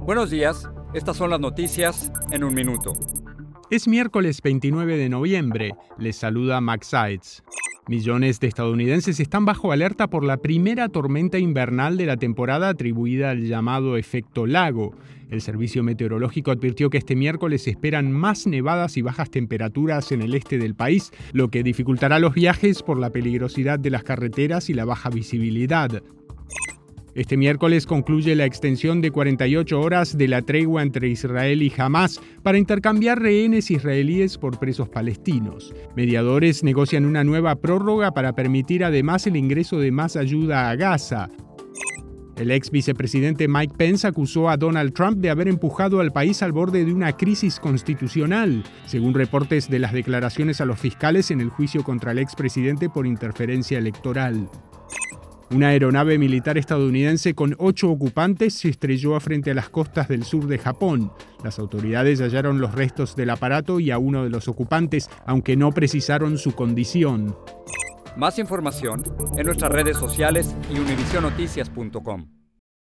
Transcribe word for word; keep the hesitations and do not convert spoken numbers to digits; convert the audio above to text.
Buenos días, estas son las noticias en un minuto. Es miércoles veintinueve de noviembre, les saluda Max Seitz. Millones de estadounidenses están bajo alerta por la primera tormenta invernal de la temporada atribuida al llamado efecto lago. El servicio meteorológico advirtió que este miércoles se esperan más nevadas y bajas temperaturas en el este del país, lo que dificultará los viajes por la peligrosidad de las carreteras y la baja visibilidad. Este miércoles concluye la extensión de cuarenta y ocho horas de la tregua entre Israel y Hamás para intercambiar rehenes israelíes por presos palestinos. Mediadores negocian una nueva prórroga para permitir además el ingreso de más ayuda a Gaza. El ex vicepresidente Mike Pence acusó a Donald Trump de haber empujado al país al borde de una crisis constitucional, según reportes de las declaraciones a los fiscales en el juicio contra el expresidente por interferencia electoral. Una aeronave militar estadounidense con ocho ocupantes se estrelló frente a las costas del sur de Japón. Las autoridades hallaron los restos del aparato y a uno de los ocupantes, aunque no precisaron su condición. Más información en nuestras redes sociales y univision noticias punto com.